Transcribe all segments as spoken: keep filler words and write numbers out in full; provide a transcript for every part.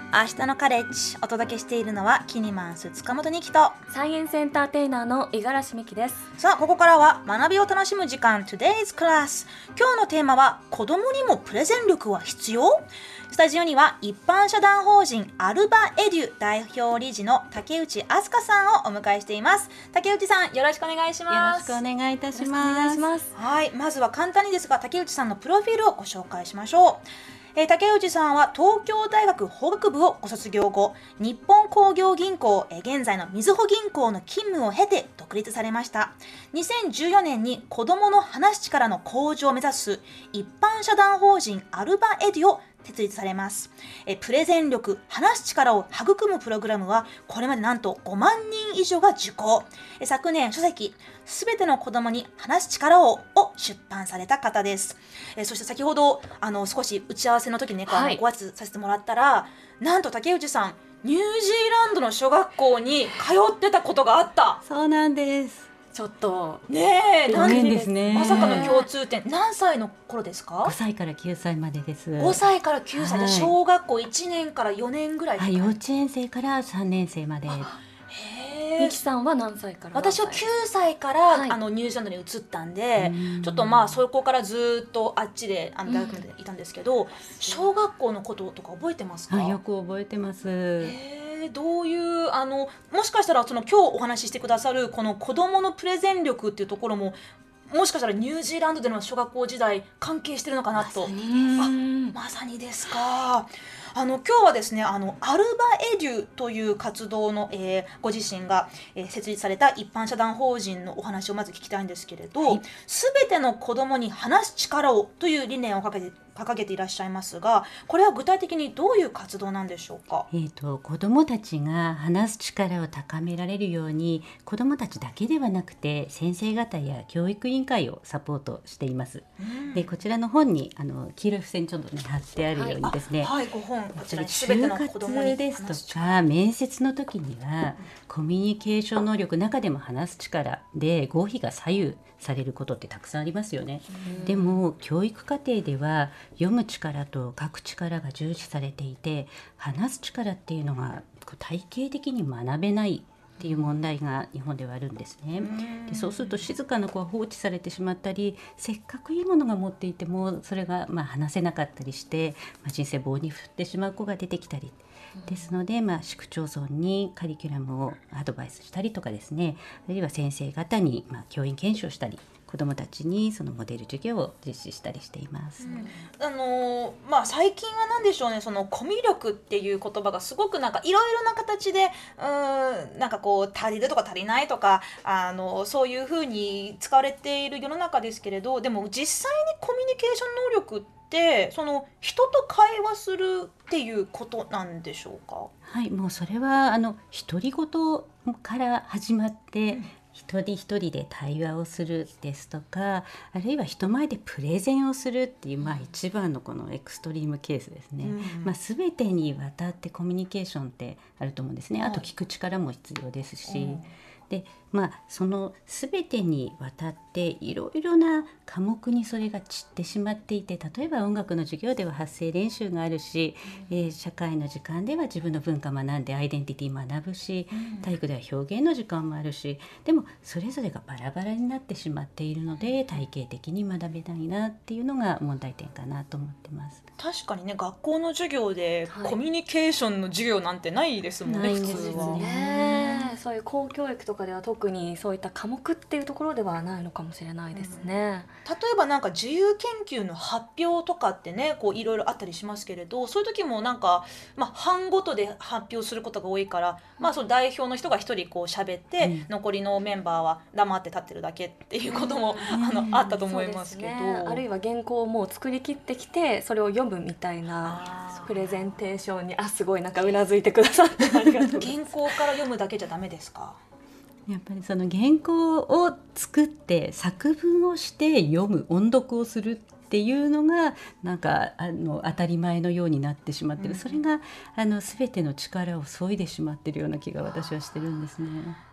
明日のカレッジ、お届けしているのはキニマンス塚本二希とサイエンスエンターテイナーの五十嵐美希です。 さあ、ここからは学びを楽しむ時間 Today's Class。 今日のテーマは子供にもプレゼン力は必要。スタジオには一般社団法人アルバエデュ代表理事の竹内飛鳥さんをお迎えしています。竹内さん、よろしくお願いします。 よろしくお願いいたします。 はい、まずは簡単にですが竹内さんのプロフィールをご紹介しましょう。えー、竹内さんは東京大学法学部をご卒業後、日本工業銀行、えー、現在のみずほ銀行の勤務を経て独立されました。にせんじゅうよねんに子どもの話す力の向上を目指す一般社団法人アルバエデュを設立されます。えプレゼン力、話す力を育むプログラムはこれまでなんとごまんにん以上が受講。え昨年書籍すべての子供に話す力をを出版された方です。えそして先ほどあの少し打ち合わせの時に、ね、はい、ご挨拶させてもらったら、なんと竹内さんニュージーランドの小学校に通ってたことがあった。 そうなんです。 ちょっとねえ、 なんですね。 まさかの共通点。何歳の頃ですか？ ごさいからきゅうさいまでです。 ごさいからきゅうさいで、はい、小学校いちねんからよねんぐらい、 はい、幼稚園生からさんねん生まで。 みきさんは何歳から何歳？ 私はきゅうさいから、はい、あのニュージーランドに移ったんで、ちょっとまあそこからずっとあっちであの大学までいたんですけど、うん、小学校のこととか覚えてますか？ はい、よく覚えてます。 へー、どういうあのもしかしたらその今日お話ししてくださるこの子どものプレゼン力っていうところも、もしかしたらニュージーランドでの小学校時代関係してるのかなと。 まさに、 あ、まさにですか。あの今日はですね、あのアルバエデュという活動の、えー、ご自身が、えー、設立された一般社団法人のお話をまず聞きたいんですけれど、すべ、はい、ての子どもに話す力をという理念を掲げて掲げていらっしゃいますが、これは具体的にどういう活動なんでしょうか？ えーと、子どもたちが話す力を高められるように、子どもたちだけではなくて先生方や教育委員会をサポートしています。うん、でこちらの本にあの黄色い付箋ちょっと、ね、貼ってあるようにですね、 はい、はい、ご本こちら就活ですとか面接の時には、うん、コミュニケーション能力、中でも話す力で合否が左右されることってたくさんありますよね。うん、でも教育課程では読む力と書く力が重視されていて、話す力っていうのが体系的に学べないっていう問題が日本ではあるんですね。でそうすると静かな子は放置されてしまったり、せっかくいいものが持っていてもそれがまあ話せなかったりして、まあ、人生棒に振ってしまう子が出てきたりですので、まあ、市区町村にカリキュラムをアドバイスしたりとかですね、あるいは先生方にまあ教員研修したり、子どもたちにそのモデル授業を実施したりしています。うん、 あのーまあ、最近は何でしょうね、そのコミュ力っていう言葉がすごくなんかいろいろな形でうーんなんかこう足りるとか足りないとか、あのそういうふうに使われている世の中ですけれど、でも実際にコミュニケーション能力ってその人と会話するっていうことなんでしょうか？ はい、もうそれはあの独り言から始まって、うん、一人一人で対話をするですとか、あるいは人前でプレゼンをするっていう、まあ、一番のこのエクストリームケースですね。うん、まあ、全てにわたってコミュニケーションってあると思うんですね。あと聞く力も必要ですし、うん、でまあ、その全てにわたっていろいろな科目にそれが散ってしまっていて、例えば音楽の授業では発声練習があるし、うん、えー、社会の時間では自分の文化学んでアイデンティティ学ぶし、うん、体育では表現の時間もあるし、でもそれぞれがバラバラになってしまっているので、体系的に学べないなっていうのが問題点かなと思ってます。 確かにね、学校の授業でコミュニケーションの授業なんてないですもんね、はい、普通はね。そういう公教育とかでは特にそういった科目っていうところではないのかもしれないですね。 うん、例えばなんか自由研究の発表とかってね、こういろいろあったりしますけれど、そういう時もなんか、まあ、班ごとで発表することが多いから、まあ、その代表の人が一人こう喋って、うん、残りのメンバーは黙って立ってるだけっていうことも、うん、あのあったと思いますけど、 ね、あるいは原稿をもう作り切ってきてそれを読むみたいなプレゼンテーションに、あ、すごいなんかうなずいてくださってありがとう。 原稿から読むだけじゃダメですか？ やっぱりその原稿を作って作文をして読む、音読をするっていうのがなんかあの当たり前のようになってしまってる、うん、それがあの全ての力を削いでしまっているような気が私はしてるんですね。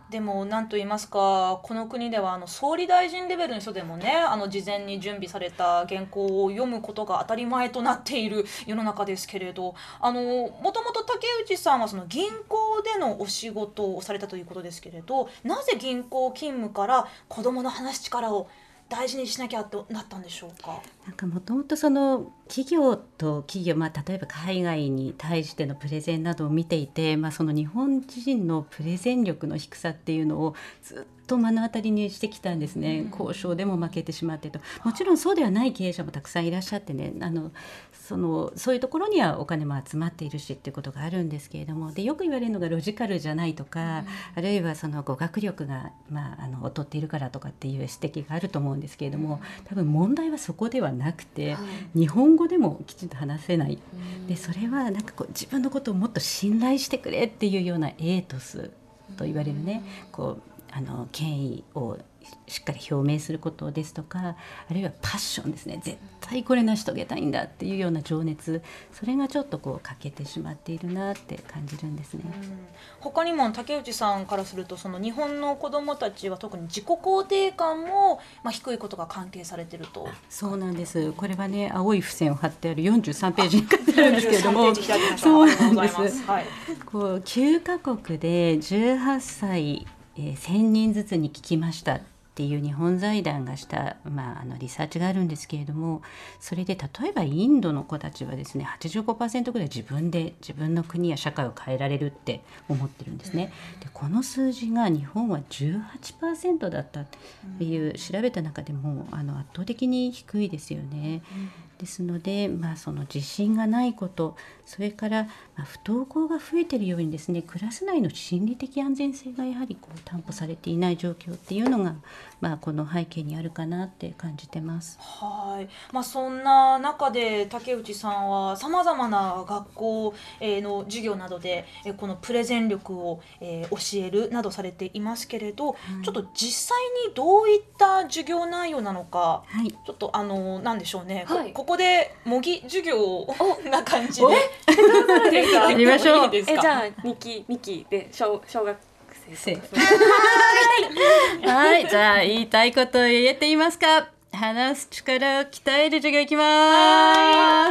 でも何と言いますか、この国ではあの総理大臣レベルの人でもね、あの事前に準備された原稿を読むことが当たり前となっている世の中ですけれど、あのもともと竹内さんはその銀行でのお仕事をされたということですけれど、なぜ銀行勤務から子どもの話す力を大事にしなきゃとなったんでしょうか。 なんかもともとその企業と企業、まあ、例えば海外に対してのプレゼンなどを見ていて、まあ、その日本人のプレゼン力の低さっていうのをずっと目の当たりにしてきたんですね、うん、交渉でも負けてしまってと。もちろんそうではない経営者もたくさんいらっしゃってね、あのそのそういうところにはお金も集まっているしっていうことがあるんですけれども、でよく言われるのがロジカルじゃないとか、うん、あるいはその語学力が、まあ、あの劣っているからとかっていう指摘があると思うんですけれども、多分問題はそこではなくて、はい、日本語でもきちんと話せない、うん、でそれはなんかこう自分のことをもっと信頼してくれっていうようなエートスと言われるね、うん、こうあの権威をしっかり表明することですとか、あるいはパッションですね、絶対これ成し遂げたいんだっていうような情熱、それがちょっとこう欠けてしまっているなって感じるんですね、うん、 他にも竹内さんからすると、その日本の子どもたちは特に自己肯定感も、まあ、低いことが関係されていると。 そうなんです。これはね、青い付箋を貼ってあるよんじゅうさんページに書いてあるんですけれども、そうなんです、はい、こうきゅうカ国でじゅうはっさい、えー、せんにんずつに聞きましたっていう日本財団がした、まあ、あのリサーチがあるんですけれども、それで例えばインドの子たちはですね はちじゅうごパーセント ぐらい自分で自分の国や社会を変えられるって思ってるんですね。でこの数字が日本は じゅうはちパーセント だったっていう調べた中でもあの圧倒的に低いですよね。ですので、まあ、その自信がないこと、それから、まあ、不登校が増えているようにですね、クラス内の心理的安全性がやはりこう担保されていない状況っていうのが、まあ、この背景にあるかなって感じてます。 はい、まあ、そんな中で竹内さんはさまざまな学校の授業などでこのプレゼン力を教えるなどされていますけれど、はい、ちょっと実際にどういった授業内容なのか、はい、ちょっとあの何でしょうね、はい、こ, ここで模擬授業な感じでやりましょう。 えじゃあミキミキで 小, 小学生とかはい、じゃあ言いたいことを言えていますか。話す力を鍛える授業いきます。はい、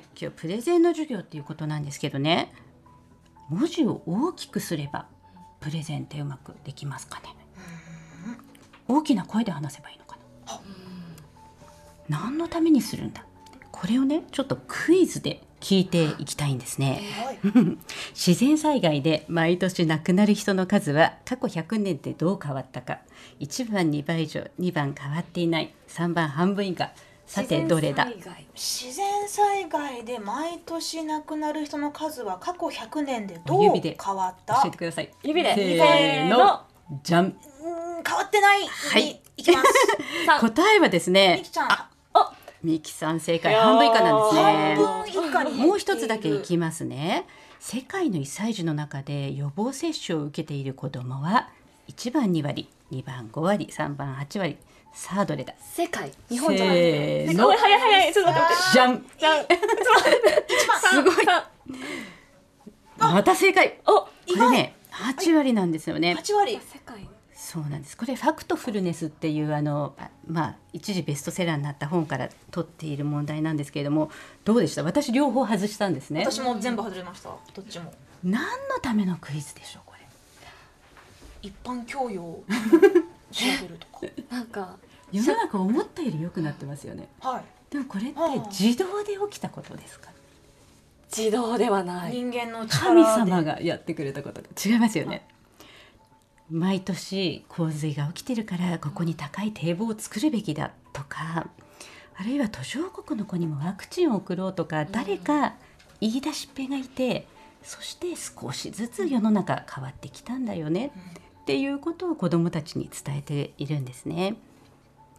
今日プレゼンの授業っていうことなんですけどね、文字を大きくすればプレゼンってうまくできますかね。大きな声で話せばいいのかな。何のためにするんだ、これをねちょっとクイズで聞いていきたいんですね。自然災害で毎年亡くなる人の数は過去ひゃくねんでどう変わったか。いちばんにばい以上、にばん変わっていない、さんばん半分以下。さてどれだ。 自然災害で毎年亡くなる人の数は過去ひゃくねんでどう変わった。 教えてください。 指でせーの、じゃん。 うん変わってない。 はい、 いきます。 答えはですね、 みきちゃん、 ミキさん正解、半分以下なんですね。 半分以下にもう一つだけいきますね。世界のいっさい児の中で予防接種を受けている子どもはいちばんにわり、にばんごわり、さんばんはちわり。さあどれだ。 世界、日本じゃなくて。 せーの、 早い早い、ちょっと待って待って。 じゃん。 じゃん。 すごい。また正解。 お、 これねはちわりなんですよね。 はちわり。 世界。 そうなんです。これファクトフルネスっていうあの、まあ、一時ベストセラーになった本から取っている問題なんですけれども、どうでした。私両方外したんですね。 私も全部外れました。どっちも。 何のためのクイズでしょうこれ。 一般教養を調べるとかなんか世の中思ったより良くなってますよね。 はい。 でもこれって自動で起きたことですか。 自動ではない。 人間の力で。 神様がやってくれたことで。違いますよね。毎年洪水が起きてるからここに高い堤防を作るべきだとか、あるいは途上国の子にもワクチンを送ろうとか、誰か言い出しっぺがいて、そして少しずつ世の中変わってきたんだよねっていうことを子どもたちに伝えているんですね。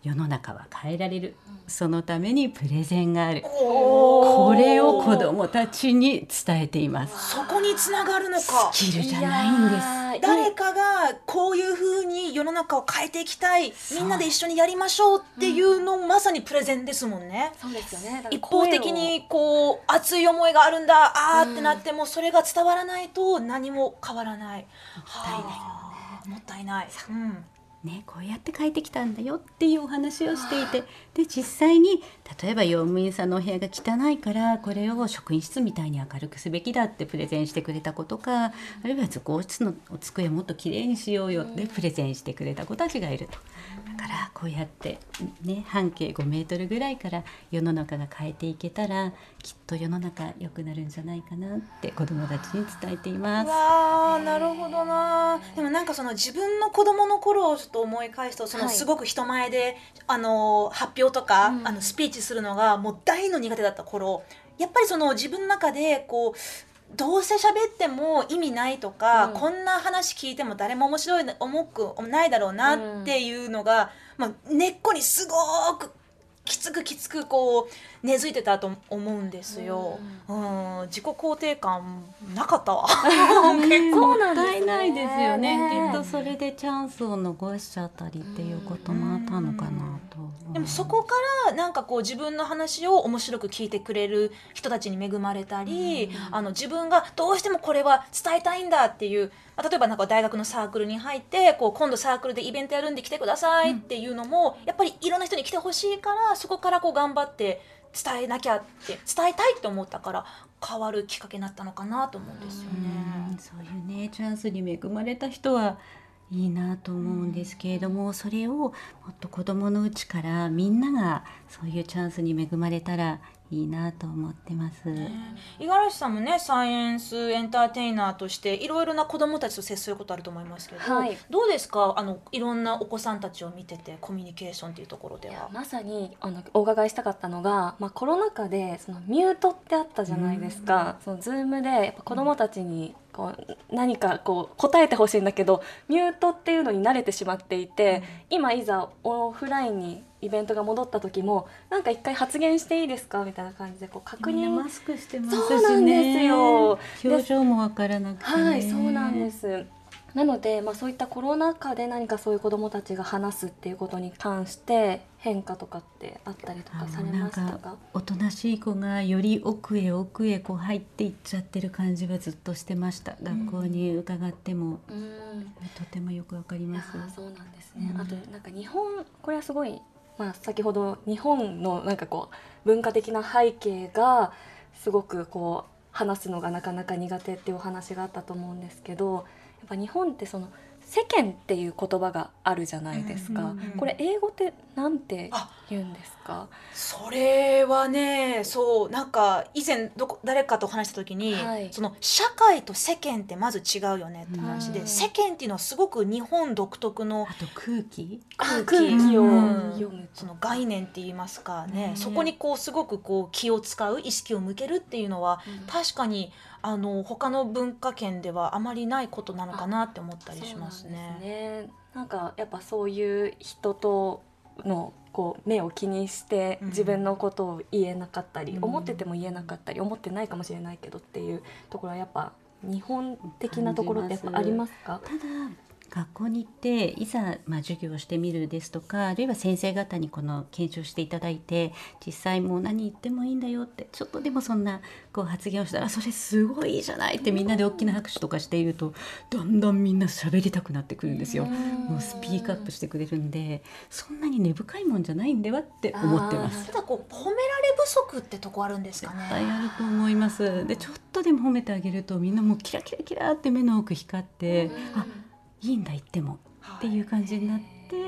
世の中は変えられる、そのためにプレゼンがある、 おーこれを子どもたちに伝えています。 そこにつながるのか。 スキルじゃないんです。 いやー誰かがこういう風に世の中を変えていきたい、みんなで一緒にやりましょうっていうの、まさにプレゼンですもんね。 そうですよね。だから一方的にこう熱い思いがあるんだ、あーってなってもそれが伝わらないと何も変わらない。はあ、もったいない。うんね、こうやって変えてきたんだよっていうお話をしていて、で実際に例えば用務員さんのお部屋が汚いからこれを職員室みたいに明るくすべきだってプレゼンしてくれた子とか、あるいは図工室のお机をもっときれいにしようよってプレゼンしてくれた子たちがいると。だからこうやってね、半径ごメートルぐらいから世の中が変えていけたらきっと世の中良くなるんじゃないかなって子どもたちに伝えています。 うわー、なるほどな。でもなんかその自分の子供の頃をちょっと思い返すと、そのはいすごく人前で、あの発表とか、 うんあのスピーチするのがもう大の苦手だった頃、やっぱりその自分の中でこうどうせ喋っても意味ないとか、 うんこんな話聞いても誰も面白い重くないだろうなっていうのが、まあ、根っこにすごくきつくきつくこう根付いてたと思うんですよ。うん、自己肯定感なかったわ。 ね、 そうなんですねもったいないですよね。 ねきっとそれでチャンスを逃しちゃったりっていうこともあったのかなと。 でもそこからなんかこう自分の話を面白く聞いてくれる人たちに恵まれたり、あの自分がどうしてもこれは伝えたいんだっていう、まあ例えばなんか大学のサークルに入ってこう今度サークルでイベントやるんで来てくださいっていうのも、やっぱりいろんな人に来てほしいから、そこからこう頑張って伝えなきゃって伝えたいって思ったから変わるきっかけになったのかなと思うんですようんね。 そういうねチャンスに恵まれた人はいいなと思うんですけれども、それをもっと子どものうちからみんながそういうチャンスに恵まれたらいいなと思ってます。 五十嵐さんもね、サイエンスエンターテイナーとしていろいろな子どもたちと接することあると思いますけど、 はいどうですか、あのいろんなお子さんたちを見ててコミュニケーションっていうところでいやは。 まさにあのお伺いしたかったのが、まあ、コロナ禍でそのミュートってあったじゃないですか。そのズームでやっぱ子どもたちにこう何かこう答えてほしいんだけど、ミュートっていうのに慣れてしまっていて、今いざオフラインにイベントが戻った時もなんか一回発言していいですかみたいな感じでこう確認。 みんなマスクしてますしね。 そうなんですよ。 表情もわからなくてね。 はい、そうなんです。なので、まあ、そういったコロナ禍で何かそういう子どもたちが話すっていうことに関して変化とかってあったりとかされましたなんか？ おとなしい子がより奥へ奥へこう入っていっちゃってる感じはずっとしてました。学校に伺っても、 うんとてもよくわかります。 あーそうなんですね。 うんあとなんか日本、これはすごい、まあ、先ほど日本のなんかこう文化的な背景がすごくこう話すのがなかなか苦手っていうお話があったと思うんですけど、やっぱ日本ってその世間っていう言葉があるじゃないですか。 うんうんうんこれ英語ってなんて言うんですか？ それはね、そうなんか以前どこ誰かと話した時に、 はいその社会と世間ってまず違うよねって話で、 うん世間っていうのはすごく日本独特のあと空気、 あ空気空気をうん読むとその概念って言いますかね、 ねそこにこうすごくこう気を使う、意識を向けるっていうのは、 うん確かにあの他の文化圏ではあまりないことなのかなって思ったりしますそうなんね。 ですね。なんかやっぱそういう人とのこう目を気にしてうん自分のことを言えなかったり、 うん思ってても言えなかったり、思ってないかもしれないけどっていうところはやっぱ日本的なところってやっぱありますか？ ただ学校に行っていざ、まあ、授業をしてみるですとか、あるいは先生方にこの検証していただいて、実際もう何言ってもいいんだよってちょっとでもそんなこう発言をしたら、それすごいいいじゃないってみんなで大きな拍手とかしていると、だんだんみんな喋りたくなってくるんですよ。もうスピークアップしてくれるんで、そんなに根深いもんじゃないんではって思ってます。 ただこう褒められ不足ってとこあるんですかね。 絶対あると思います。でちょっとでも褒めてあげるとみんなもうキラキラキラって目の奥光って、あ、いいんだ言ってもっていう感じになって、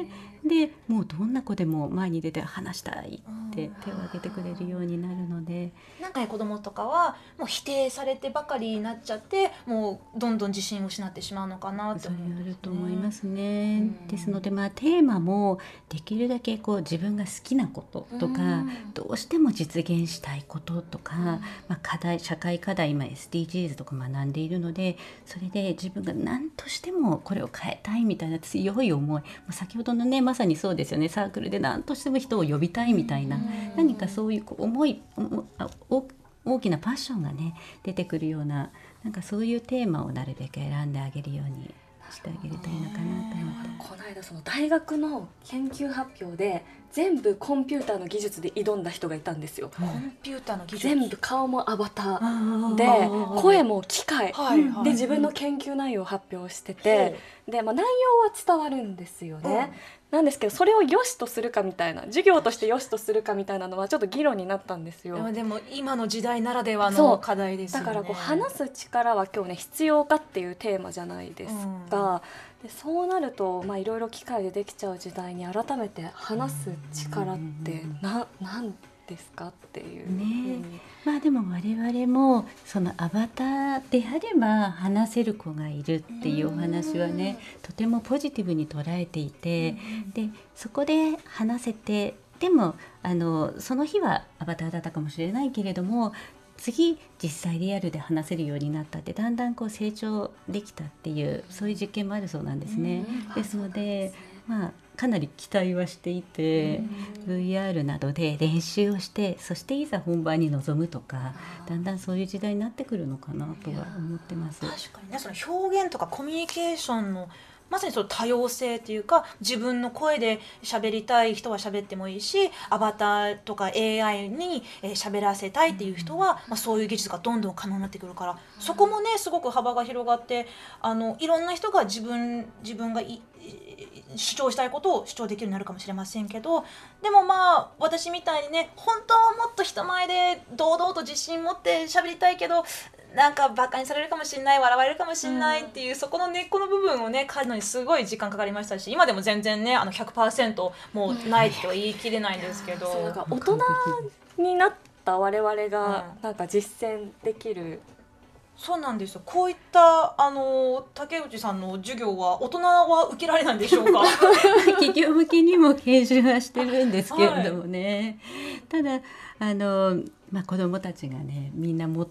でもうどんな子でも前に出て話したいって手を挙げてくれるようになるので、 なんかね、子供とかはもう否定されてばかりになっちゃって、もうどんどん自信を失ってしまうのかなってそれ思うんですね。 あると思いますね。 うんですので、まあ、テーマもできるだけこう自分が好きなこととか、 うんどうしても実現したいこととか、まあ、課題社会課題、今 エスディージーズ とか学んでいるので、それで自分が何としてもこれを変えたいみたいな強い思い、まあ先ほどのねマまさにそうですよね。サークルで何としても人を呼びたいみたいな、何かそういうこう思いお大きなパッションがね出てくるような、なんかそういうテーマをなるべく選んであげるようにしてあげるといいのかなと思って。 この間その大学の研究発表で全部コンピューターの技術で挑んだ人がいたんですよ。 コンピューターの技術、 全部顔もアバターで声も機械で自分の研究内容を発表してて、で、まあ、内容は伝わるんですよね、うん、なんですけどそれを良しとするかみたいな、授業として良しとするかみたいなのはちょっと議論になったんですよ。 でも今の時代ならではの課題ですよね。 だからこう話す力は今日ね必要かっていうテーマじゃないですか、うん、でそうなるとまあいろいろ機械でできちゃう時代に改めて話す力ってな、なんですかっていうね。まあでも我々もそのアバターであれば話せる子がいるっていうお話はね、とてもポジティブに捉えていて、でそこで話せて、でもあのその日はアバターだったかもしれないけれども、次実際リアルで話せるようになったって、だんだんこう成長できたっていう、そういう実験もあるそうなんですね。ですのでまあかなり期待はしていて、ブイアール などで練習をして、そしていざ本番に臨むとか、だんだんそういう時代になってくるのかなとは思ってます。 確かにね、その表現とかコミュニケーションのまさにその多様性というか、自分の声で喋りたい人は喋ってもいいし、アバターとか エーアイ に喋らせたいっていう人は、まあ、そういう技術がどんどん可能になってくるから、そこもねすごく幅が広がって、あのいろんな人が自分自分がい主張したいことを主張できるようになるかもしれませんけど、でもまあ私みたいにね、本当はもっと人前で堂々と自信持って喋りたいけど、なんかバカにされるかもしれない、笑われるかもしれないっていう、うん、そこの根っこの部分をね変えるのにすごい時間かかりましたし、今でも全然ねあの ひゃくパーセント もうないっては言い切れないんですけど、 そうなんか大人になった我々がなんか実践できる、うん、 そうなんですよ。こういったあの竹内さんの授業は大人は受けられないんでしょうか？ 企業向けにも研修はしてるんですけれどもね、はい、ただあの、まあ、子どもたちがねみんな持って、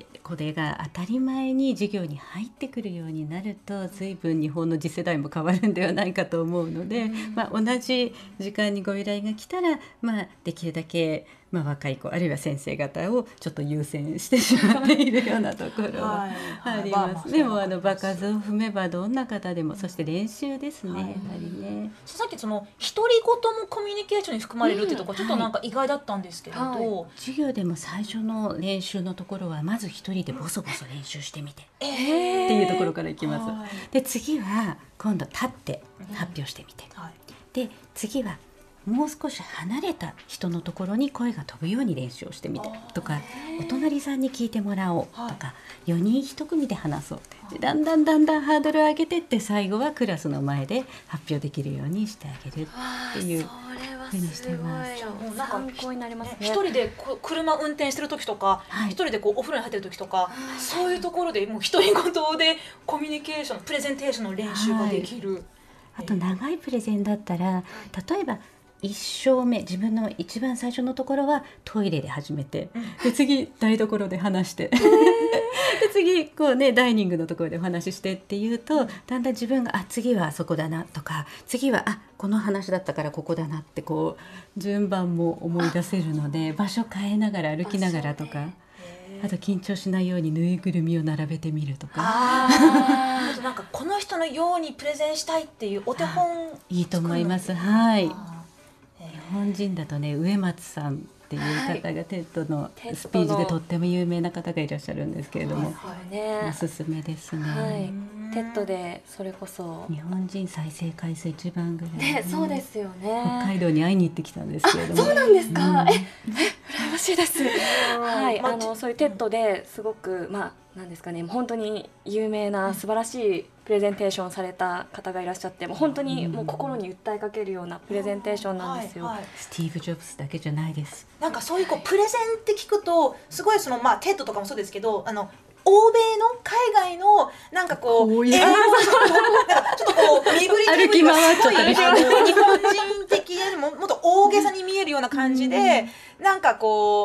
これが当たり前に授業に入ってくるようになると、随分日本の次世代も変わるんではないかと思うので、うん、まあ、同じ時間にご依頼が来たら、まあ、できるだけ、まあ、若い子あるいは先生方をちょっと優先してしまっているようなところはあります。でもあの場数を踏めばどんな方でも、そして練習ですね、はい、やはりね。 さっきその独り言もコミュニケーションに含まれるっていうところ、ちょっとなんか意外だったんですけれど、はいはい、 授業でも最初の練習のところはまず一人でボソボソ練習してみて、 えー、 っていうところからいきます、はい、で次は今度立って発表してみて、うんはい、で次はもう少し離れた人のところに声が飛ぶように練習をしてみてとか、お隣さんに聞いてもらおうとか、はい、よにんいち組で話そうって、だんだんだんだんハードルを上げてって、最後はクラスの前で発表できるようにしてあげるっていうふうにしてます。 参考になりますね。 一人でこ車運転してる時とか、はい、一人でこうお風呂に入ってる時とか、そういうところでもう独り言でコミュニケーション、プレゼンテーションの練習ができる、はい、 あと長いプレゼンだったら、例えば一章目、自分の一番最初のところはトイレで始めて、で次台所で話してで次こう、ね、ダイニングのところでお話ししてっていうと、だんだん自分があ次はあそこだなとか、次はあこの話だったからここだなって、こう順番も思い出せるので、場所変えながら歩きながらとか、あと緊張しないようにぬいぐるみを並べてみるとか、 あなんかこの人のようにプレゼンしたいっていうお手本いいと思います。はい、日本人だとね、植松さんっていう方がテッドのスピーチでとっても有名な方がいらっしゃるんですけれども、ね、おすすめですね、 はい、テッドでそれこそ日本人再生回数一番ぐらい、ねね、そうですよね。 北海道に会いに行ってきたんですけれども。 そうなんですか、うん、ええ羨ましいです。はい、あのそういうテッドですごくまあなんですかね、本当に有名な素晴らしいプレゼンテーションされた方がいらっしゃって、もう本当にもう心に訴えかけるようなプレゼンテーションなんですよ、 はいはい、 スティーブ・ジョブズだけじゃないです。 なんかそういうこうプレゼンって聞くとすごいその、まあ、テッドとかもそうですけど、あの欧米の海外のなんかこうこういう英語のなんかちょっとこう身振り手振りがすごい日本人的でももっと大げさに見えるような感じで、なんかこう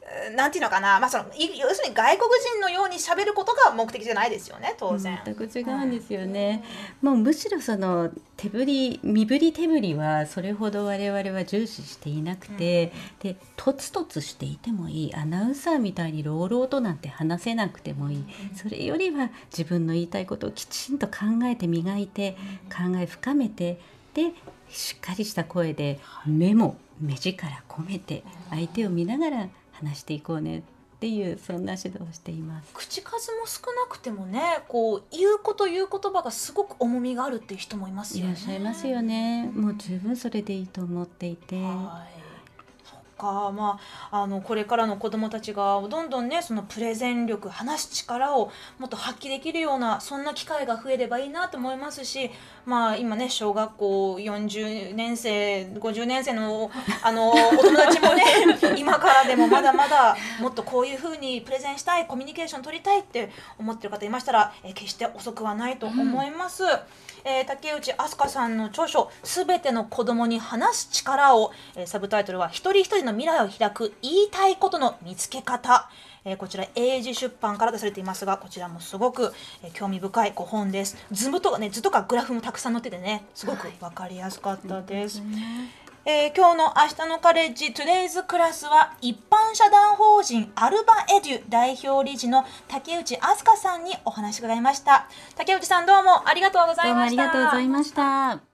なんていうのかな、まあ、そのい要するに外国人のように喋ることが目的じゃないですよね、当然。 全く違うんですよね、もうむしろその手振り身振り手振りはそれほど我々は重視していなくて、うん、でとつとつしていてもいい、アナウンサーみたいに朗々となんて話せなくてもいい、うん、それよりは自分の言いたいことをきちんと考えて磨いて、うん、考え深めて、でしっかりした声で目も目力込めて相手を見ながら話していこうねっていう、そんな指導をしています。 口数も少なくてもね、こう言うこと言う言葉がすごく重みがあるっていう人もいますよね。 いらっしゃいますよね。もう十分それでいいと思っていて、 はいか、まあ、あのこれからの子どもたちがどんどんね、そのプレゼン力、話す力をもっと発揮できるような、そんな機会が増えればいいなと思いますし、まあ、今ね小学校よんじゅうねん生ごじゅうねん生のあのお友達もね今からでもまだまだもっとこういう風にプレゼンしたい、コミュニケーション取りたいって思ってる方いましたら、え決して遅くはないと思います、うん。えー、竹内飛鳥さんの著書「すべての子供に話す力を」えー、サブタイトルは「一人一人の未来を開く言いたいことの見つけ方」、えー、こちら英字出版から出されていますが、こちらもすごく、えー、興味深いご本です。図とかね、図とかグラフもたくさん載っててね、すごく分かりやすかったです、はい。えー、今日の明日のカレッジ Today's クラスは一般社団法人アルバエデュ代表理事の竹内飛鳥さんにお話を伺いました。竹内さん、どうもありがとうございました。 どうもありがとうございました。